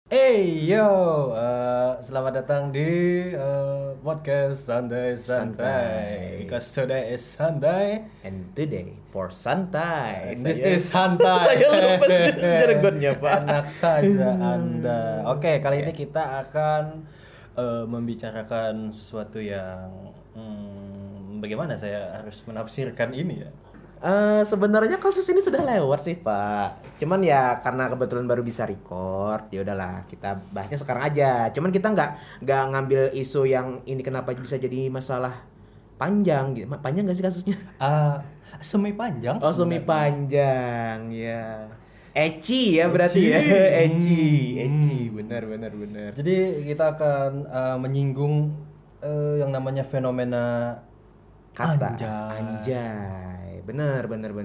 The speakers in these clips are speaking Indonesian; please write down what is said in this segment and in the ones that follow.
Yo, selamat datang di podcast Sunday Santai. Because today is Sunday And today for santai. and this is Santai. Saya lupa jargonnya, Pak. Enak saja Anda. Oke, kali ini kita akan membicarakan sesuatu yang bagaimana saya harus menafsirkan ini ya. Sebenarnya kasus ini sudah lewat sih, Pak. Cuman ya karena kebetulan baru bisa record, ya udahlah kita bahasnya sekarang aja. Cuman kita nggak ngambil isu yang ini kenapa bisa jadi masalah panjang gitu. Panjang nggak sih kasusnya? Semi panjang. Oh, semi panjang ya. Eci ya berarti Eci. ya. Eci, benar. Jadi kita akan menyinggung yang namanya fenomena Kata anjay. anjay. Benar.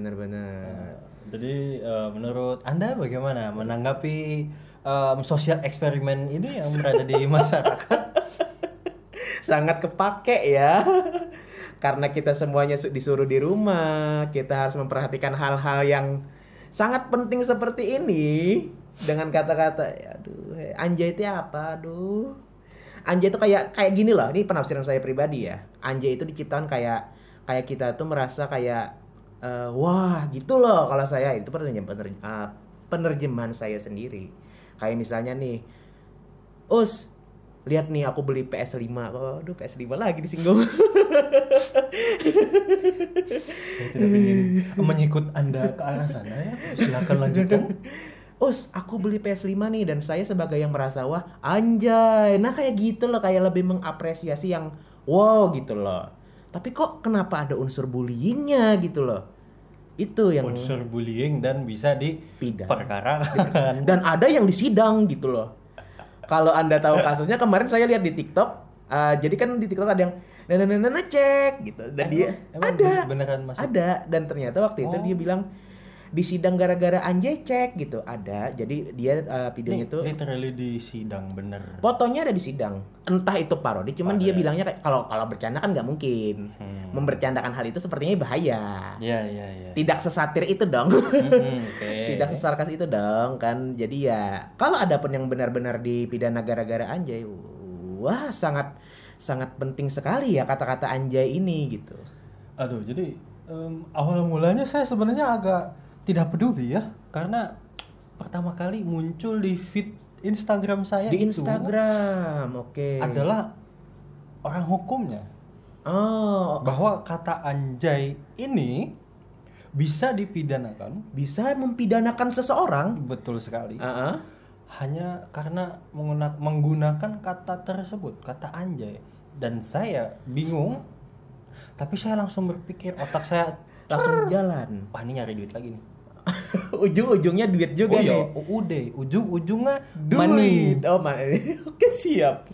Jadi menurut Anda bagaimana menanggapi sosial eksperimen ini yang berada di masyarakat? Sangat kepake ya. Karena kita semuanya disuruh di rumah, kita harus memperhatikan hal-hal yang sangat penting seperti ini dengan kata-kata aduh, anjay itu apa? Aduh. Anjay itu kayak gini loh. Ini penafsiran saya pribadi ya. Anjay itu diciptakan kayak kita tuh merasa kayak wah gitu loh kalau saya itu penerjemahan saya sendiri. Kayak misalnya nih, Us, lihat nih aku beli PS5. Aduh, PS5 lagi disinggung. Saya tidak ingin mengikut Anda ke arah sana ya. Silakan lanjutkan. Us, aku beli PS5 nih dan saya sebagai yang merasa wah anjay. Nah kayak gitu loh, kayak lebih mengapresiasi yang wow gitu loh. Tapi kok kenapa ada unsur bullyingnya gitu loh. Itu yang Unsur bullying dan bisa Pidana. diperkarakan. Dan ada yang disidang gitu loh. Kalau Anda tahu kasusnya kemarin saya lihat di TikTok. Jadi kan di TikTok ada yang nana cek gitu. Dan dia Emang ada beneran masuk? ada dan ternyata waktu itu dia bilang disidang gara-gara anjay cek gitu. Ada. Jadi dia videonya Ini tuh literally di sidang bener. fotonya ada di sidang. Entah itu parodi, cuman dia bilangnya kayak kalau bercanda kan nggak mungkin. Membercandakan hal itu sepertinya bahaya. Iya. Tidak sesatir itu dong. Oke. Tidak sesarkas itu dong kan. Jadi ya kalau ada pun yang benar-benar dipidana gara-gara anjay, wah sangat penting sekali ya kata-kata anjay ini gitu. Aduh, jadi awal mulanya saya sebenarnya agak tidak peduli ya, karena pertama kali muncul di feed Instagram saya Di itu Instagram, oke. adalah orang hukumnya, Oh, bahwa kata anjay ini bisa dipidanakan, bisa mempidanakan seseorang. betul sekali, Heeh. hanya karena menggunakan kata tersebut, kata anjay. Dan saya bingung, tapi saya langsung berpikir, otak saya Langsung jalan. wah ini nyari duit lagi nih. Ujung-ujungnya duit juga Oh iya, nih. UUD, ujung-ujungnya Duit. money. Oh, money. Oke, siap.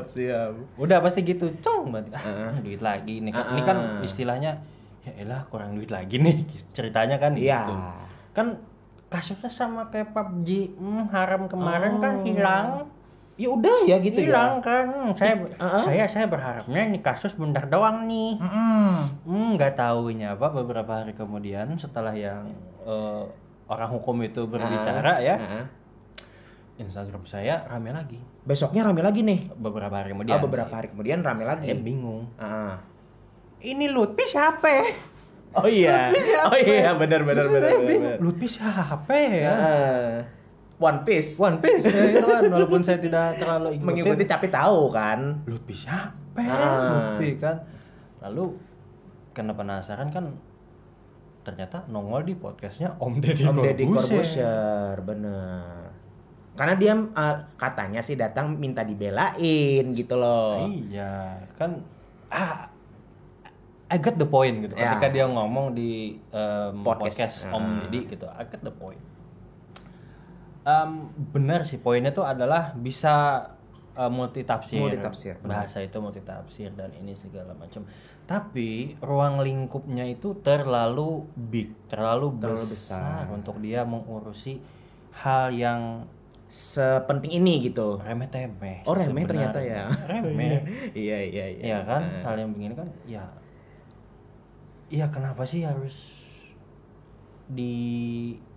Udah pasti gitu, cong berarti duit lagi nih kan. Ini kan Uh-uh. istilahnya ya elah kurang duit lagi nih ceritanya kan Iya. gitu. Kan kasusnya sama kayak PUBG, haram kemarin kan hilang. Ya udah ya gitu Hilang ya. kan. Saya berharapnya ini kasus bentar doang nih. Nggak taunya apa beberapa hari kemudian setelah yang orang hukum itu berbicara ya, Instagram saya rame lagi. Besoknya rame lagi nih. Beberapa hari kemudian. Beberapa hari kemudian rame lagi. Saya bingung. Ah. Ini Lutfi siapa? Oh iya. Lutfi siapa? Oh iya, benar. Saya bingung. Lutfi siapa ya? One Piece. One Piece ya, itu kan walaupun saya tidak terlalu Mengikuti tapi tahu kan. Lutfi siapa? Ah. Lutfi kan. Lalu karena penasaran kan ternyata nongol di podcastnya Om Deddy Corbuzier, bener. Karena dia katanya sih datang minta dibelain gitu loh. Iya, kan I got the point gitu. Ya. Ketika dia ngomong di Podcast. podcast Om Deddy gitu, I got the point. Benar sih, poinnya tuh adalah bisa multitafsir. Bahasa itu multitafsir dan ini segala macam. Tapi ruang lingkupnya itu terlalu big, terlalu besar untuk dia mengurusi hal yang sepenting ini gitu. remeh-temeh. Oh, remeh sebenarnya. ternyata ya. Remeh. Iya. Iya kan, hal yang begini kan ya. Iya, kenapa sih harus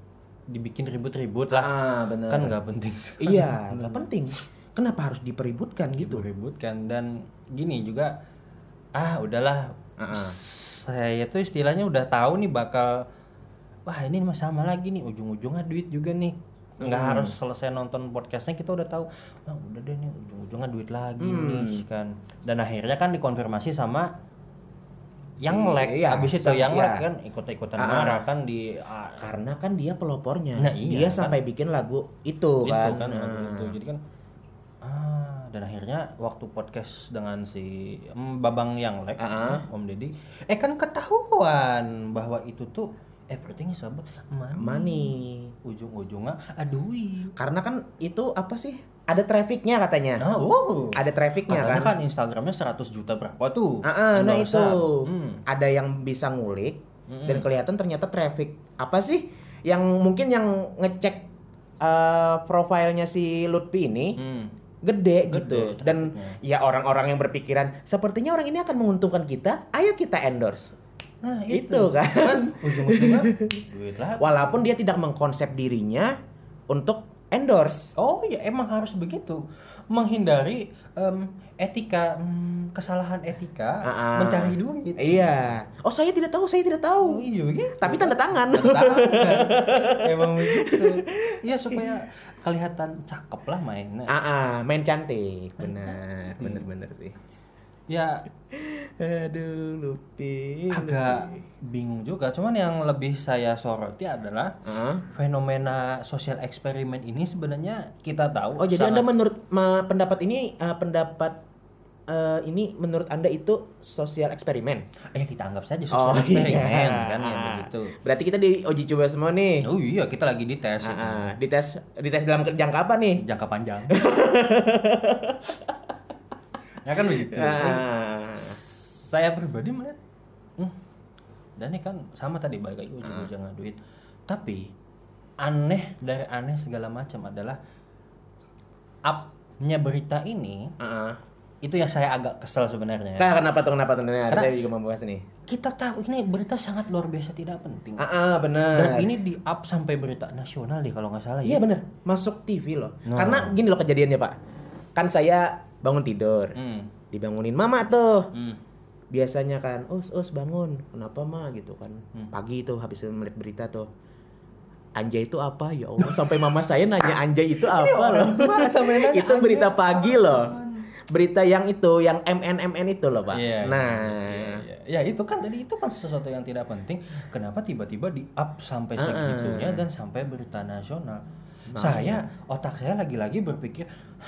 dibikin ribut-ribut lah. Bener. Kan nggak penting. Iya, nggak penting. Kenapa harus dipeributkan gitu? Dipeributkan. Dan gini juga, udahlah. Saya tuh istilahnya udah tahu nih bakal, wah ini sama lagi nih, ujung-ujungnya duit juga nih. Nggak harus selesai nonton podcastnya kita udah tahu, udah deh nih ujung-ujungnya duit lagi nih kan. Dan akhirnya kan dikonfirmasi sama yang like, abis itu yang like kan ikut-ikutan marah kan karena kan dia pelopornya. Nah, iya, dia sampai bikin lagu itu kan. Itu. Jadi kan dan akhirnya waktu podcast dengan si Babang yang like Om Deddy kan ketahuan bahwa itu tuh everything is about money. Ujung-ujungnya duit. Karena kan itu apa sih? Ada trafficnya katanya. Ada trafficnya kan Instagramnya 100 juta berapa tuh? Nah itu. Ada yang bisa ngulik dan kelihatan ternyata traffic. Apa sih? Yang mungkin yang ngecek profilnya si Lutfi ini gede gitu. Dan ya orang-orang yang berpikiran sepertinya orang ini akan menguntungkan kita, ayo kita endorse. Nah itu kan ujung-ujungnya duit lah. Walaupun dia tidak mengkonsep dirinya untuk endorse. Oh ya emang harus begitu, menghindari etika, kesalahan etika, mencari duit. Iya. Oh saya tidak tahu. Oh, iya begitu. Tapi tanda tangan. Emang begitu. Iya supaya kelihatan cakep lah mainnya. Main cantik. Bener sih. Ya, aduh Lutfi. Agak bingung juga. Cuman yang lebih saya soroti adalah fenomena sosial eksperimen ini sebenarnya kita tahu. Oh jadi Anda menurut pendapat ini ini menurut Anda itu sosial eksperimen? Ya kita anggap saja sosial eksperimen kan yang begitu. Berarti kita diuji coba semua nih. Oh iya kita lagi dites. Dites dalam jangka apa nih? Jangka panjang. Ya kan begitu. Saya pribadi melihat dan ini kan sama tadi balik lagi ujung-ujungnya duit. Tapi aneh dari aneh segala macam adalah up-nya berita ini itu yang saya agak kesel sebenarnya. Kenapa tuh? Karena saya juga membahas nih. Kita tahu ini berita sangat luar biasa tidak penting. Benar. Dan ini di up sampai berita nasional deh kalau nggak salah. Iya benar. Masuk TV loh. Karena gini loh kejadiannya Pak. Kan saya bangun tidur, dibangunin mama tuh. Biasanya kan, us bangun, kenapa ma gitu kan. Pagi tuh habis melihat berita tuh, anjay itu apa ya Allah, sampai mama saya nanya anjay itu apa loh. Itu berita pagi loh. Berita yang itu, yang MN itu loh Pak. Ya itu kan tadi itu kan sesuatu yang tidak penting. Kenapa tiba-tiba di up sampai segitunya dan sampai berita nasional? Otak saya lagi-lagi berpikir,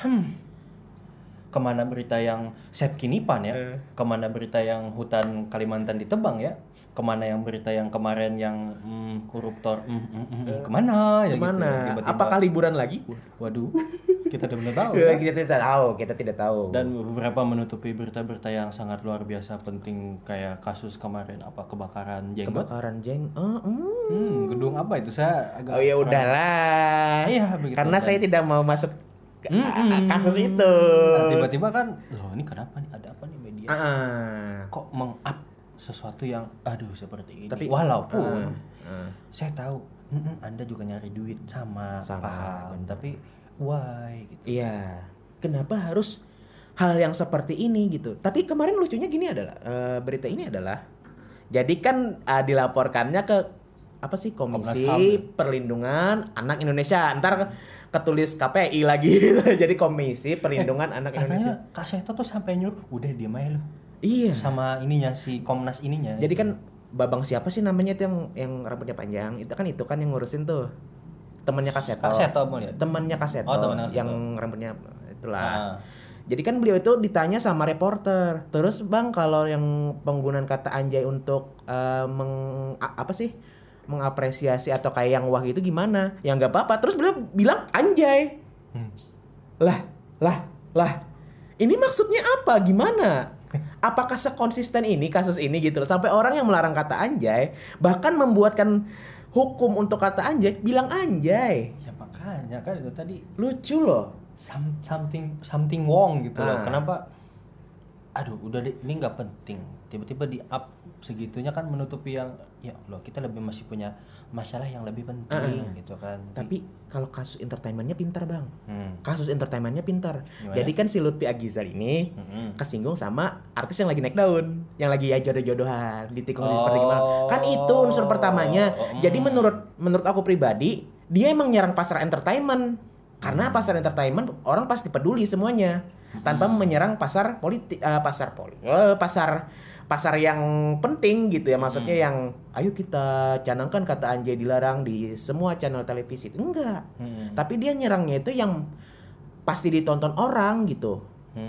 kemana berita yang Sepkinipan ya, kemana berita yang hutan Kalimantan ditebang ya, kemana yang berita yang kemarin yang koruptor, kemana ya kemana? Gitu. Tiba-tiba, apakah liburan lagi? Waduh, kita tidak tahu. Kita tidak tahu. Dan beberapa menutupi berita-berita yang sangat luar biasa penting kayak kasus kemarin kebakaran jenggot. Gedung apa itu saya agak. Oh ya udahlah. Iya begitu. Karena kan. saya tidak mau masuk kasus itu. Tiba-tiba kan, loh ini kenapa nih, ada apa nih media? Kok meng-up sesuatu yang seperti ini. Tapi walaupun saya tahu Anda juga nyari duit sama paham, tapi why gitu. Iya. Kenapa harus hal yang seperti ini gitu. Tapi kemarin lucunya gini adalah berita ini adalah jadi kan dilaporkannya ke apa sih Komisi Perlindungan Anak Indonesia. Ntar ketulis KPI lagi jadi Komisi Perlindungan Anak Indonesia. Kak Seto tuh sampai nyuruh udah diam aja lu. Iya. Sama ininya si Komnas ininya. Jadi kan Babang siapa sih namanya itu yang rambutnya panjang? Itu kan yang ngurusin tuh. Temannya Kak Seto. Kak Seto mau lihat. Temannya Kak Seto yang rambutnya itulah. Jadi kan beliau itu ditanya sama reporter. Terus Bang kalau yang penggunaan kata anjay untuk mengapresiasi atau kayak yang wah gitu gimana? Ya nggak apa-apa. Terus beliau bilang anjay. Lah. Ini maksudnya apa? Gimana? Apakah sekonsisten ini kasus ini gitu loh. Sampai orang yang melarang kata anjay bahkan membuatkan hukum untuk kata anjay bilang anjay. Ya makanya kan itu tadi lucu loh. Something wrong gitu loh. Kenapa aduh udah deh, ini nggak penting, tiba-tiba di up segitunya kan menutupi yang ya Allah kita lebih masih punya masalah yang lebih penting gitu kan. Tapi kalau kasus entertainmentnya pintar bang, kasus entertainmentnya pintar. Gimana? Jadi kan si Lutfi Agizal ini kesinggung sama artis yang lagi naik daun, yang lagi ya jodoh-jodohan, ditikung seperti gimana. Kan itu unsur pertamanya. Jadi menurut aku pribadi, dia emang nyerang pasar entertainment. Karena pasar entertainment orang pasti peduli semuanya, tanpa menyerang pasar politik, pasar yang penting gitu ya, maksudnya yang ayo kita canangkan kata Anjay dilarang di semua channel televisi. Enggak. Tapi dia nyerangnya itu yang pasti ditonton orang gitu.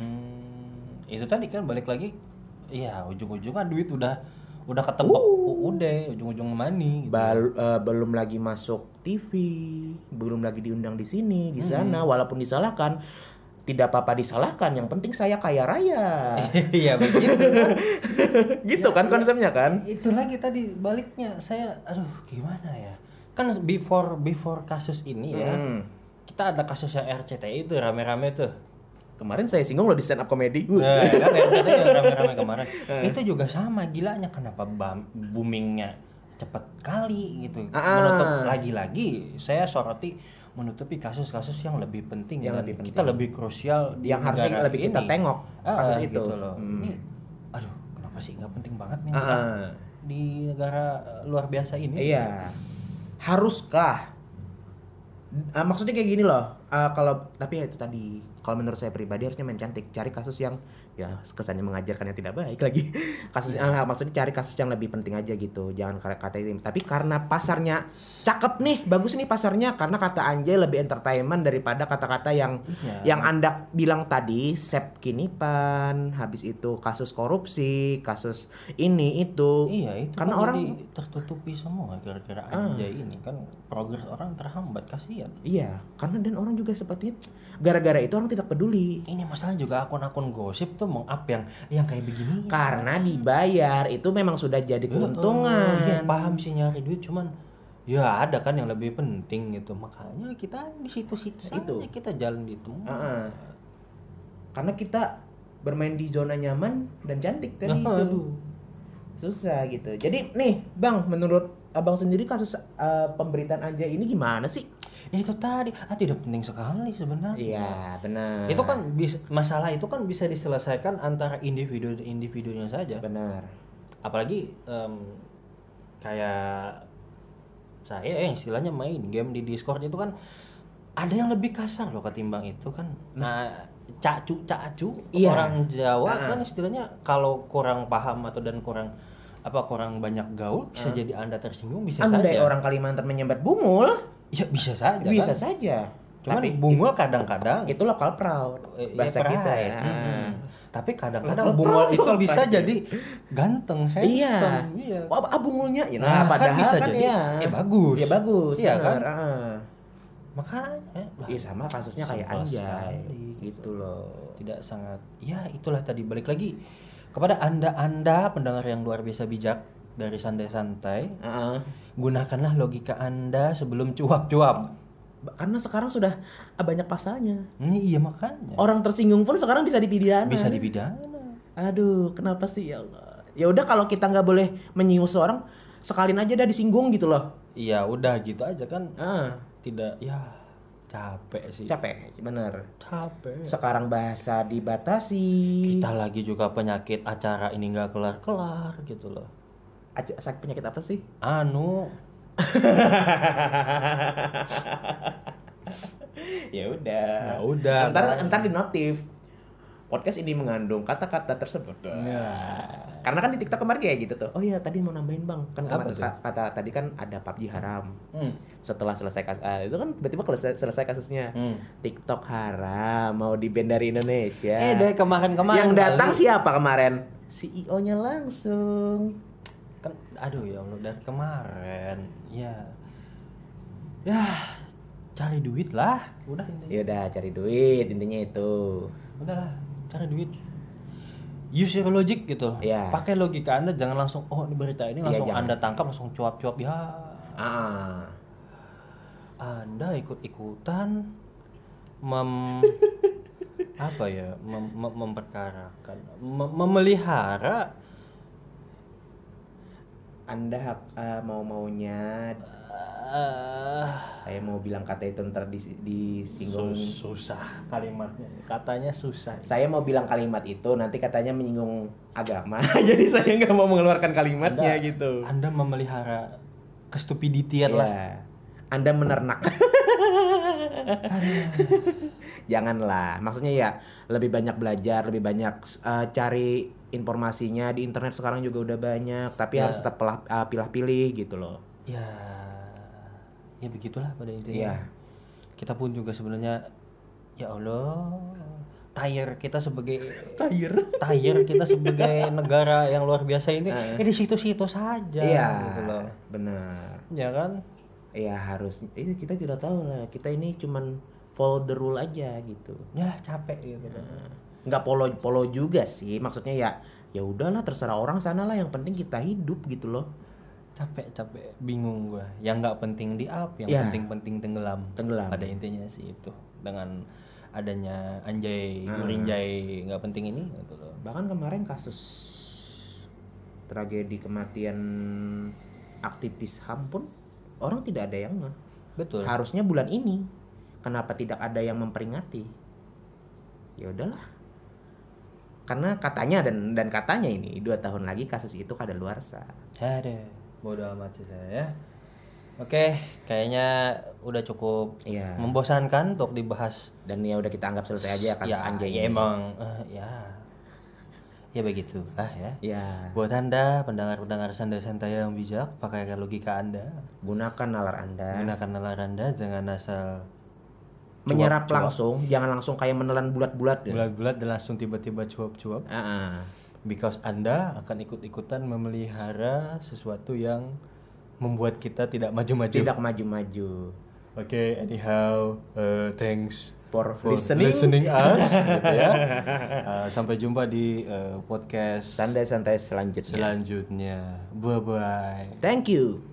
Itu tadi kan balik lagi, ya ujung-ujungnya duit udah ketebak, udah ujung-ujung money gitu. Belum lagi masuk TV, belum lagi diundang di sini, di sana, walaupun disalahkan. Tidak apa-apa disalahkan, yang penting saya kaya raya. Iya begitu kan. Gitu ya, kan konsepnya kan. Itu lagi tadi baliknya saya aduh gimana ya. Kan before kasus ini ya. Kita ada kasus yang RCTI itu rame-rame tuh. Kemarin saya singgung loh di stand up comedy gue. Nah, kan RCTI yang rame-rame kemarin. Itu juga sama gilanya, kenapa boomingnya cepet kali gitu. Menutup lagi-lagi saya soroti menutupi kasus-kasus yang lebih penting, yang lebih penting, kita lebih krusial di yang harusnya lebih kita tengok kasus itu gitu loh. Ini aduh kenapa sih nggak penting banget nih di negara luar biasa ini. Iya. Haruskah maksudnya kayak gini loh, kalau tapi ya itu tadi, kalau menurut saya pribadi harusnya main cantik, cari kasus yang ya kesannya mengajarkan yang tidak baik lagi. Kasus maksudnya cari kasus yang lebih penting aja gitu, jangan kata ini. Tapi karena pasarnya cakep nih, bagus nih pasarnya, karena kata Anjay lebih entertainment daripada kata-kata yang Anda bilang tadi, sep kinipan, habis itu kasus korupsi, kasus ini itu. Iya, itu karena kan orang tertutupi semua gara-gara Anjay ini kan, progres orang terhambat, kasihan. Iya, karena dan orang juga seperti itu. Gara-gara itu orang tidak peduli. Ini masalah juga akun-akun gosip tuh meng-up yang kayak begini. Karena dibayar, itu memang sudah jadi keuntungan. Iya, paham sih nyari duit, cuman ya ada kan yang lebih penting gitu. Makanya kita di situ-situ itu kita jalan di temu. Karena kita bermain di zona nyaman dan cantik tadi itu. Susah gitu. Jadi nih, Bang, menurut Abang sendiri kasus pemberitaan Anjay ini gimana sih? Ya itu tadi, tidak penting sekali sebenarnya. Iya, benar. Itu kan masalah itu kan bisa diselesaikan antara individunya saja. Benar. Apalagi kayak saya yang istilahnya main game di Discord itu kan ada yang lebih kasar loh ketimbang itu kan. Nah, cacu orang Jawa kan istilahnya kalau kurang paham atau dan kurang banyak gaul bisa jadi Anda tersinggung, bisa saja. Andai orang Kalimantan menyambat bungul, ya bisa saja. Bisa kan? saja. Cuman bungul kadang-kadang itu lokal proud bahasa kita ya. Tapi kadang-kadang bungul itu bisa jadi ganteng, handsome. Iya. Bungulnya ya. Nah, padahal kan bisa jadi bagus. Ya bagus. Iya kan? Makanya sama kasusnya kayak Anjay gitu loh. Tidak sangat. Ya itulah tadi balik lagi kepada Anda pendengar yang luar biasa bijak dari santai-santai. Gunakanlah logika Anda sebelum cuap-cuap. Karena sekarang sudah banyak pasalnya. Iya makanya. Orang tersinggung pun sekarang bisa dipidana. Bisa dipidana. Aduh, kenapa sih ya Allah? Ya udah kalau kita nggak boleh menyinggung seorang, sekalin aja dah disinggung gitu loh. Iya udah gitu aja kan. Tidak ya. Capek sih. Capek, bener. Capek. Sekarang bahasa dibatasi. Kita lagi juga penyakit acara ini nggak kelar-kelar gitu loh. Penyakit apa sih? Ya udah. Ntar di notif. Podcast ini mengandung kata-kata tersebut. Karena kan di TikTok kemarin kayak gitu tuh. Oh iya, tadi mau nambahin Bang. Kan kata tadi kan ada PUBG haram. Setelah selesai itu kan tiba-tiba selesai kasusnya. TikTok haram, mau di-ban dari Indonesia. Dari kemarin yang datang siapa kemarin? CEO-nya langsung. Kan aduh ya Allah, dari kemarin. Ya cari duit lah. Udah intinya. Ya udah cari duit, intinya itu. Udahlah, cari duit. Use your logic gitu. Pakai logika Anda, jangan langsung ini berita ini langsung Anda tangkap langsung cuap-cuap ya. Anda ikut-ikutan apa ya, memperkarakan, memelihara. Anda mau-maunya saya mau bilang kata itu ntar disinggung. Susah kalimatnya, katanya susah. Saya mau bilang kalimat itu nanti katanya menyinggung agama. Jadi saya nggak mau mengeluarkan kalimatnya gitu. Anda memelihara kestupiditian lah. Anda menernak. Janganlah. Maksudnya ya lebih banyak belajar, lebih banyak cari informasinya di internet sekarang juga udah banyak. Tapi harus tetap pilih-pilih gitu loh. Ya begitulah pada intinya. Kita pun juga sebenarnya ya Allah, tire kita sebagai negara yang luar biasa ini di situ-situ saja gitu loh. Benar. Ya kan? Ya harus kita tidak tahu lah. Kita ini cuman follow the rule aja gitu. Ya capek gitu. Nggak polo juga sih. Maksudnya ya udahlah terserah orang sana lah, yang penting kita hidup gitu loh. Capek bingung gua, yang nggak penting di up, yang penting tenggelam pada intinya sih itu, dengan adanya anjay gurinjay nggak penting ini gitu loh. Bahkan kemarin kasus tragedi kematian aktivis HAM pun orang tidak ada yang ngeh. Betul. Harusnya bulan ini, kenapa tidak ada yang memperingati? Ya udahlah, karena katanya dan katanya ini 2 tahun lagi kasus itu kadaluarsa. Ada bodo amat sih saya ya. Oke, kayaknya udah cukup membosankan untuk dibahas, dan ya udah kita anggap selesai aja kasus anjay. Ya emang ya begitulah ya. Ya. Buat Anda pendengar santai-santai yang bijak, pakaikan logika Anda. Gunakan nalar Anda, jangan asal menyerap langsung, jangan langsung kayak menelan bulat-bulat dan langsung tiba-tiba cuap-cuap. Because Anda akan ikut-ikutan memelihara sesuatu yang membuat kita tidak maju-maju. Oke, anyhow, thanks for listening us gitu ya. Sampai jumpa di podcast santai-santai selanjutnya. Bye bye. Thank you.